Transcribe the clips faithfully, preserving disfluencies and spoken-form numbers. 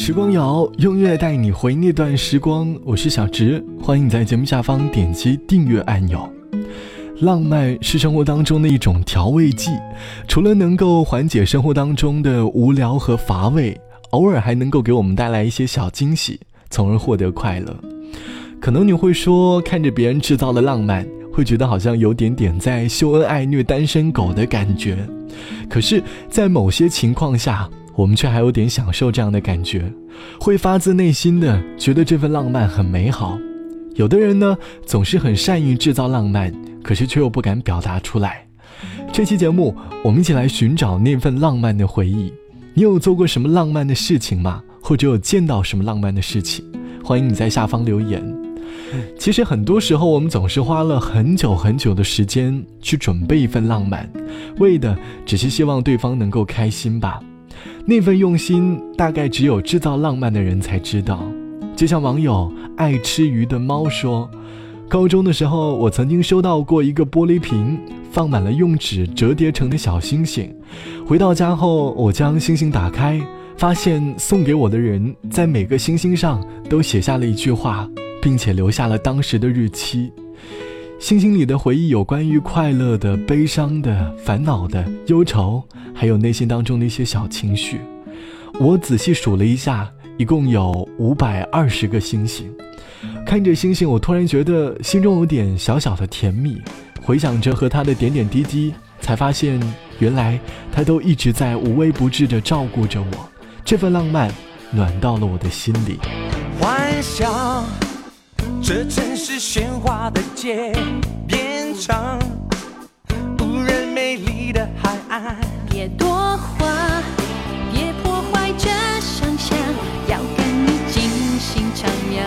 时光谣，用音乐带你回那段时光，我是小直，欢迎你在节目下方点击订阅按钮。浪漫是生活当中的一种调味剂，除了能够缓解生活当中的无聊和乏味，偶尔还能够给我们带来一些小惊喜，从而获得快乐。可能你会说，看着别人制造的浪漫，会觉得好像有点点在秀恩爱虐单身狗的感觉，可是在某些情况下，我们却还有点享受这样的感觉，会发自内心的觉得这份浪漫很美好。有的人呢，总是很善于制造浪漫，可是却又不敢表达出来。这期节目我们一起来寻找那份浪漫的回忆。你有做过什么浪漫的事情吗？或者有见到什么浪漫的事情？欢迎你在下方留言。其实很多时候我们总是花了很久很久的时间去准备一份浪漫，为的只是希望对方能够开心吧。那份用心大概只有制造浪漫的人才知道。就像网友爱吃鱼的猫说，高中的时候我曾经收到过一个玻璃瓶，放满了用纸折叠成的小星星。回到家后，我将星星打开，发现送给我的人在每个星星上都写下了一句话，并且留下了当时的日期。星星里的回忆有关于快乐的、悲伤的、烦恼的、忧愁，还有内心当中的一些小情绪。我仔细数了一下，一共有五百二十个星星。看着星星，我突然觉得心中有点小小的甜蜜，回想着和他的点点滴滴，才发现原来他都一直在无微不至地照顾着我。这份浪漫暖到了我的心里。 幻想这城市喧哗的街变成无人美丽的海岸， 别多话，别破坏这想象，要跟你尽兴徜徉。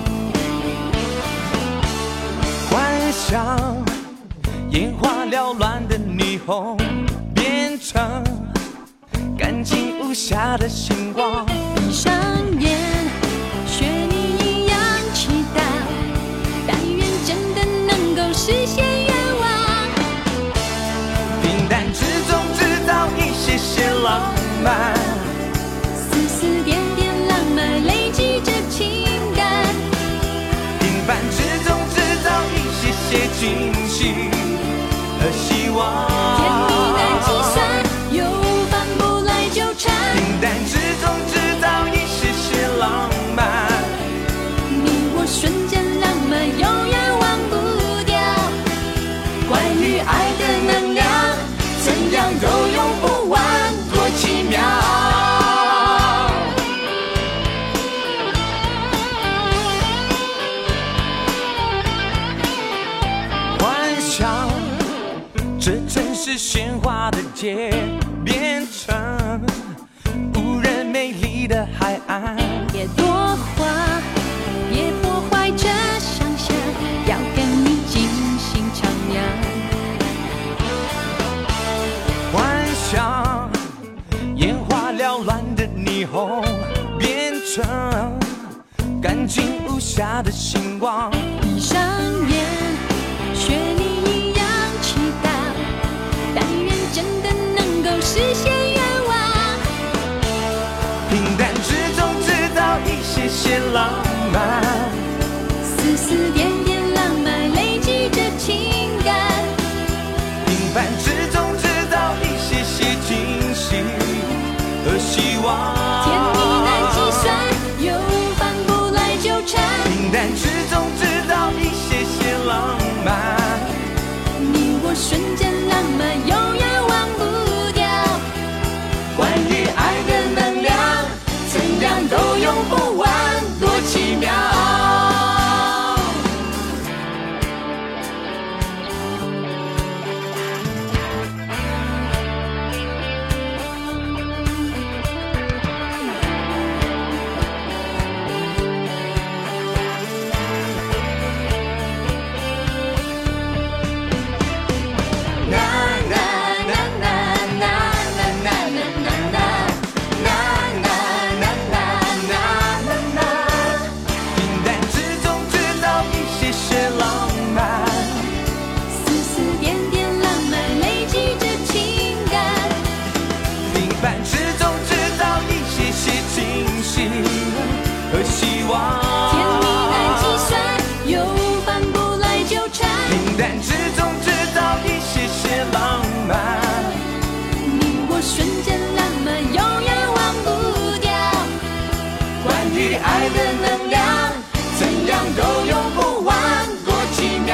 幻想眼花缭乱的霓虹变成干净无瑕的星光， 闭上眼学你一样祈祷，但愿真的能够实现愿望。 平淡之中制造一些些浪漫， 丝丝点点浪漫累积着情感， 平凡之中制造一些些惊喜和希望。 甜蜜难计算，又反不来纠缠， 平淡之中制造一些些浪漫， 你我瞬间浪漫永远忘不掉。关于爱的能量，怎样都用不完，多奇妙。 幻想这城市喧哗的街变成无人美丽的海岸， 别多话，别破坏这想象，要跟你尽兴徜徉。 幻想眼花缭乱的霓虹变成干净无瑕的星光， 闭上眼学你一样祈祷，但愿真的能够实现愿望。 平淡之中制造一些些浪漫， 丝丝点点浪漫累积着情感， 平凡之中制造一些些惊喜和希望。 甜蜜难计算，又反不来纠缠， 平淡之中制造一些些浪漫， 你我瞬间浪漫永远忘不掉。 关于爱的能量，怎样都用不完，多奇妙。 爱的能量，怎样都用不完，多奇妙。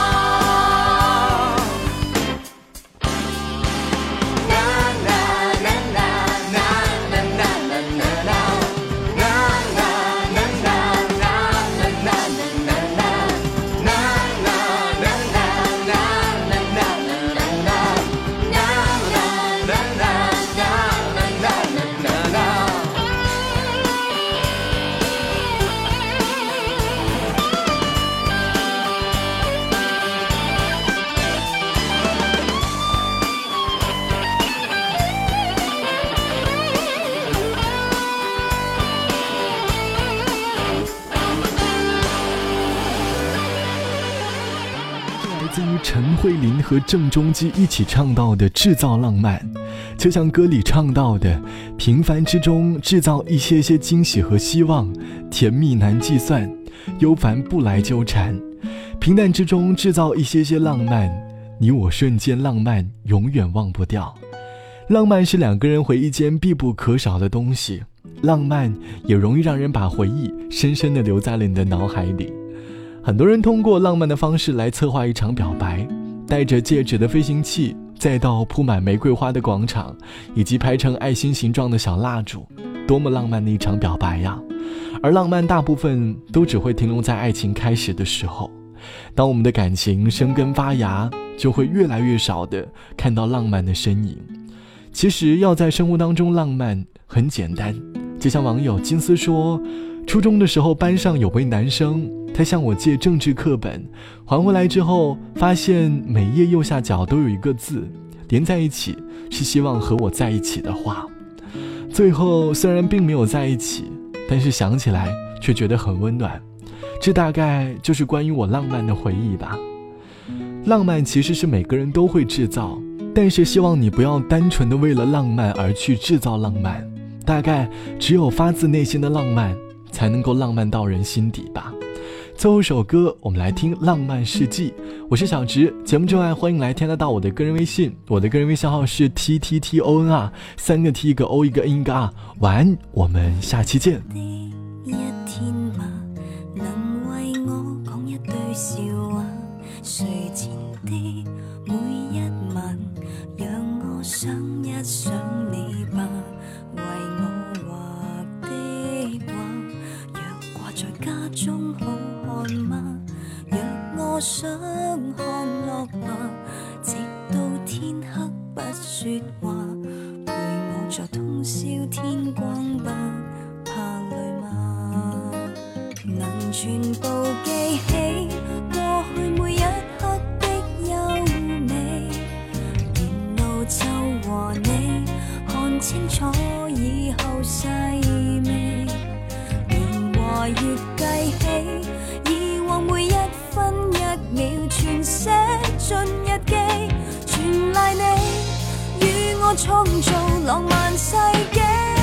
陈慧琳和郑中基一起唱到的制造浪漫，就像歌里唱到的，平凡之中制造一些些惊喜和希望，甜蜜难计算，忧烦不来纠缠，平淡之中制造一些些浪漫，你我瞬间浪漫，永远忘不掉。浪漫是两个人回忆间必不可少的东西，浪漫也容易让人把回忆深深地留在了你的脑海里。很多人通过浪漫的方式来策划一场表白，带着戒指的飞行器，再到铺满玫瑰花的广场，以及拍成爱心形状的小蜡烛，多么浪漫的一场表白呀！而浪漫大部分都只会停留在爱情开始的时候，当我们的感情生根发芽，就会越来越少的看到浪漫的身影。其实要在生活当中浪漫很简单，就像网友金丝说，初中的时候班上有位男生，他向我借政治课本，还回来之后发现每页右下角都有一个字，连在一起是希望和我在一起的话。最后虽然并没有在一起，但是想起来却觉得很温暖。这大概就是关于我浪漫的回忆吧。浪漫其实是每个人都会制造，但是希望你不要单纯的为了浪漫而去制造浪漫，大概只有发自内心的浪漫才能够浪漫到人心底吧。最后一首歌我们来听《浪漫世纪》，我是小直。节目之外欢迎来添加到我的个人微信，我的个人微信号是 T T T O N R， 三个 T 一个 O 一个 N 一个 R。 晚安，我们下期见。 一天嘛，能為我講一堆笑話，睡前的每一晚，讓我想一想你吧，為我畫的畫，若掛在家中好看嗎？若我想看落吧，直到天黑不說話，陪我在通宵天光吧，怕累嗎？能全部記起過去每一刻的優美，沿路就和你看清楚以後細微，年華月計起，以往每一分一秒全寫進日記，全賴你與我創造浪漫世紀。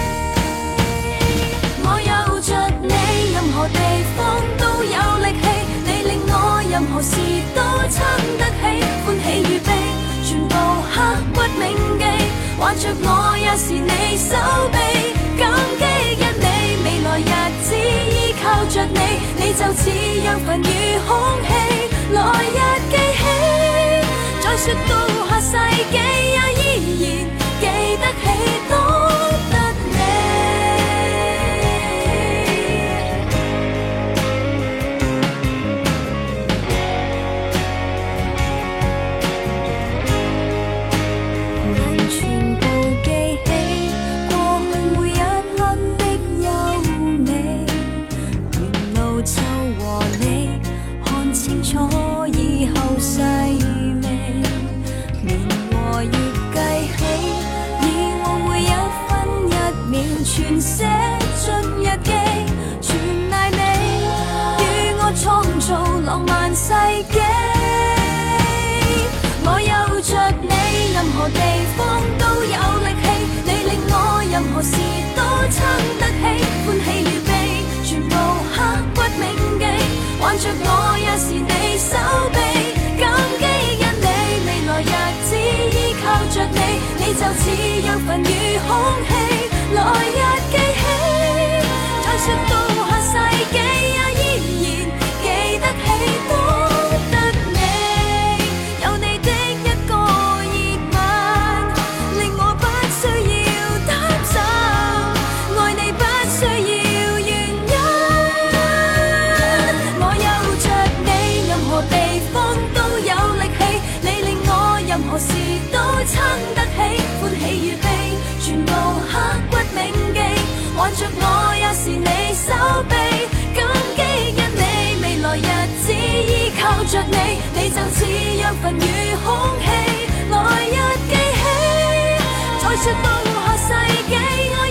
我有着你，任何地方都有力氣，你令我任何事都撐得起，歡喜與悲全部刻骨銘記，挽着我也是你手臂，感激因你，未來日子依靠着你，你就似養分與空氣，來日記起，再說到下世紀也依然記得起，多得全寫進日記，全賴你與我創造浪漫世紀。我有着你，任何地方都有力氣，你令我任何事都撐得起，歡喜與悲全部刻骨銘記，挽着我也是你手臂，感激因你，未來日子依靠着你，你就似養分與空氣，來日記起，再說到下着我也是你手臂，感激因你，未來日子依靠着你，你就似養分與空氣，來日記起，再說到下世紀。